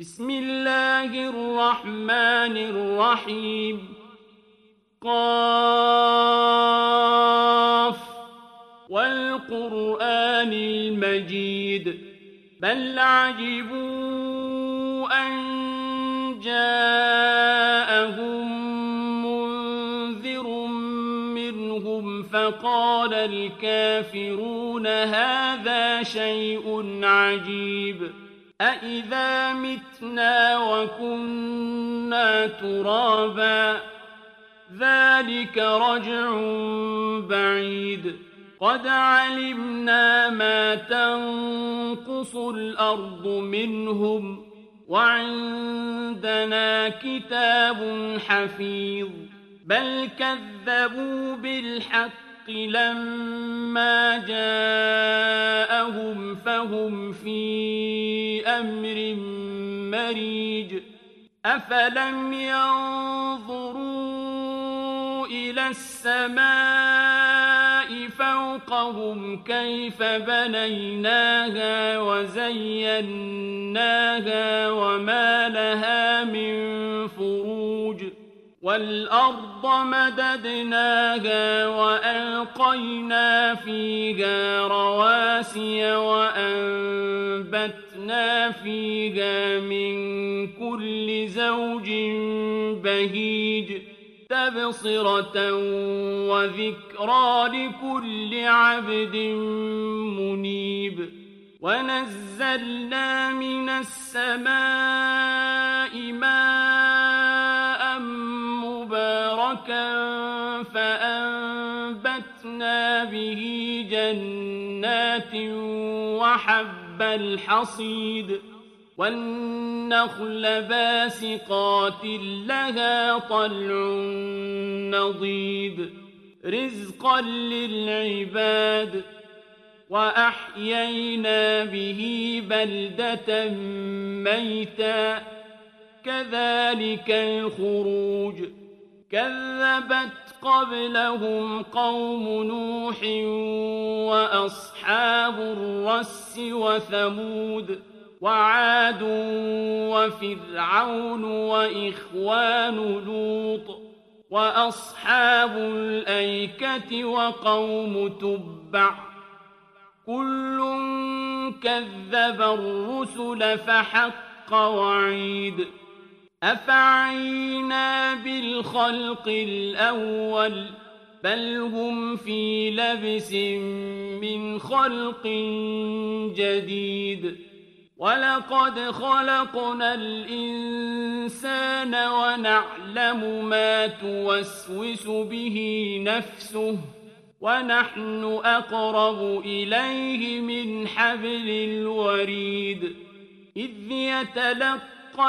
بسم الله الرحمن الرحيم قاف والقرآن المجيد بل عجبوا أن جاءهم منذر منهم فقال الكافرون هذا شيء عجيب أإذا متنا وكنا ترابا ذلك رجع بعيد قد علمنا ما تنقص الأرض منهم وعندنا كتاب حفيظ بل كذبوا بالحق لما جاءهم فهم في أمر مريج أفلم ينظروا إلى السماء فوقهم كيف بنيناها وزيناها وما لها من فروج والأرض مددناها وألقينا فيها رواسي وأنبتنا فيها من كل زوج بهيج تبصرة وذكرى لكل عبد منيب ونزلنا من السماء ماء مباركا فأنبتنا به جنات وحب الحصيد والنخل باسقات لها طلع نضيد رزقا للعباد وأحيينا به بلدة ميتا كذلك الخروج كذبت قبلهم قوم نوح وأصحاب الرس وثمود وعاد وفرعون وإخوان لوط وأصحاب الأيكة وقوم تبع كل كذب الرسل فحق وعيد أفعينا بالخلق الأول بل هم في لبس من خلق جديد ولقد خلقنا الإنسان ونعلم ما توسوس به نفسه ونحن أقرب إليه من حبل الوريد إذ يتلقى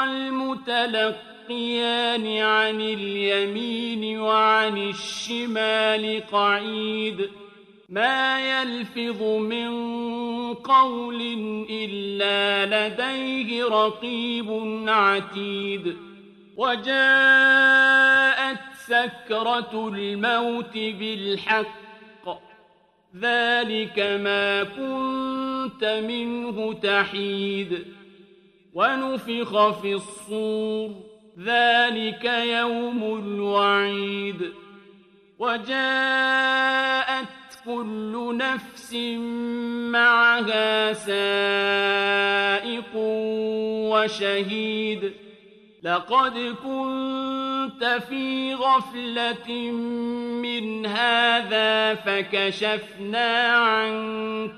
المتلقيان عن اليمين وعن الشمال قعيد ما يلفظ من قول إلا لديه رقيب عتيد وجاءت سكرة الموت بالحق ذلك ما كنت منه تحيد ونفخ في الصور ذلك يوم الوعيد وجاءت كل نفس معها سائق وشهيد لقد كنت في غفلة من هذا فكشفنا عنك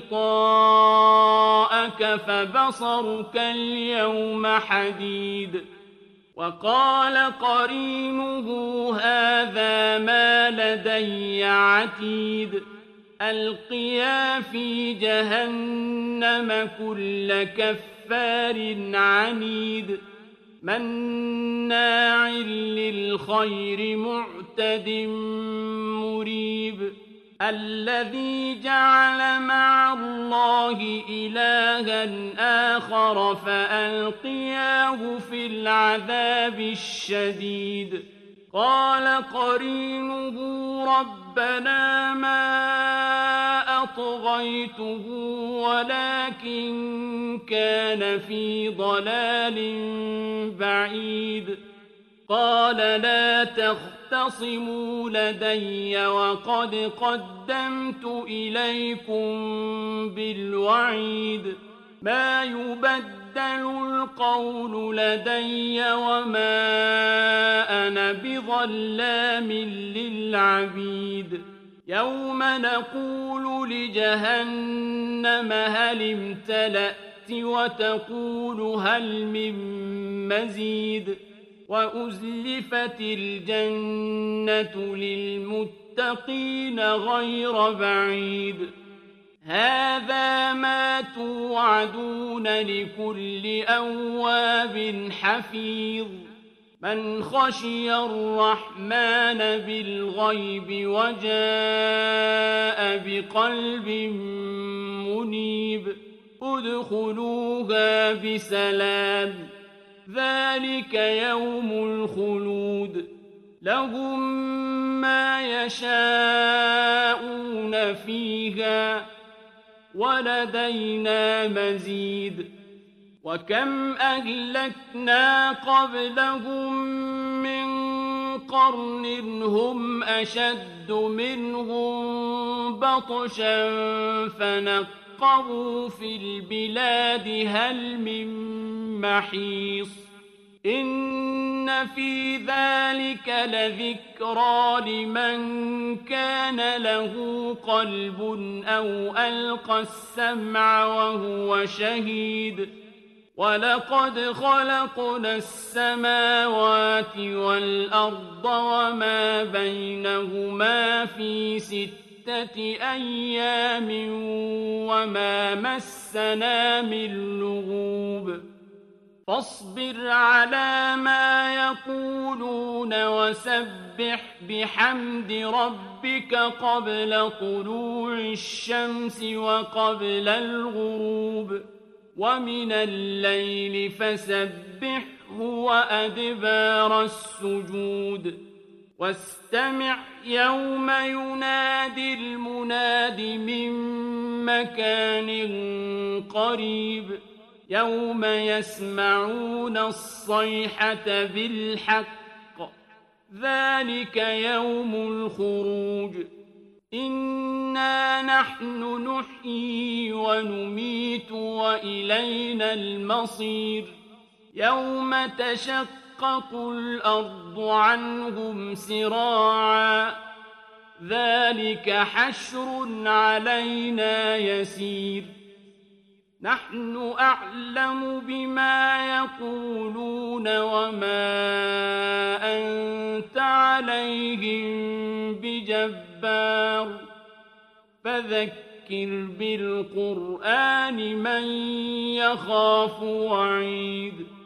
غطاءك فبصرك اليوم حديد وقال قرينه هذا ما لدي عتيد ألقيا في جهنم كل كفار عنيد مناع للخير معتد مريب الذي جعل مع الله إلها آخر فألقياه في العذاب الشديد قال قرينه ربنا ما أطغيته ولكن كان في ضلال بعيد قال لا تختصموا لدي وقد قدمت إليكم بالوعيد ما يبدل القول لدي وما أنا بظلام للعبيد يوم نقول لجهنم هل امتلأت وتقول هل من مزيد وأزلفت الجنة للمتقين غير بعيد هذا ما توعدون لكل أواب حفيظ من خشي الرحمن بالغيب وجاء بقلب منيب ادخلوها بسلام ذلك يوم الخلود لهم ما يشاءون فيها ولدينا مزيد وكم أهلكنا قبلهم من قرن هم أشد منهم بطشا فنقبوا في البلاد هل من محيص إن في ذلك لذكرى لمن كان له قلب أو ألقى السمع وهو شهيد ولقد خلقنا السماوات والأرض وما بينهما في 6 أيام وما مسنا من لغوب فاصبر على ما يقولون وسبح بحمد ربك قبل طلوع الشمس وقبل الغروب ومن الليل فسبحه وأدبار السجود واستمع يوم ينادي المناد من مكان قريب يوم يسمعون الصيحة بالحق ذلك يوم الخروج إنا نحن نحيي ونميت وإلينا المصير يوم تشقق الأرض عنهم سراعا ذلك حشر علينا يسير نحن أعلم بما يقولون وما أنت عليهم بجبار فذكر بالقرآن من يخاف وعيد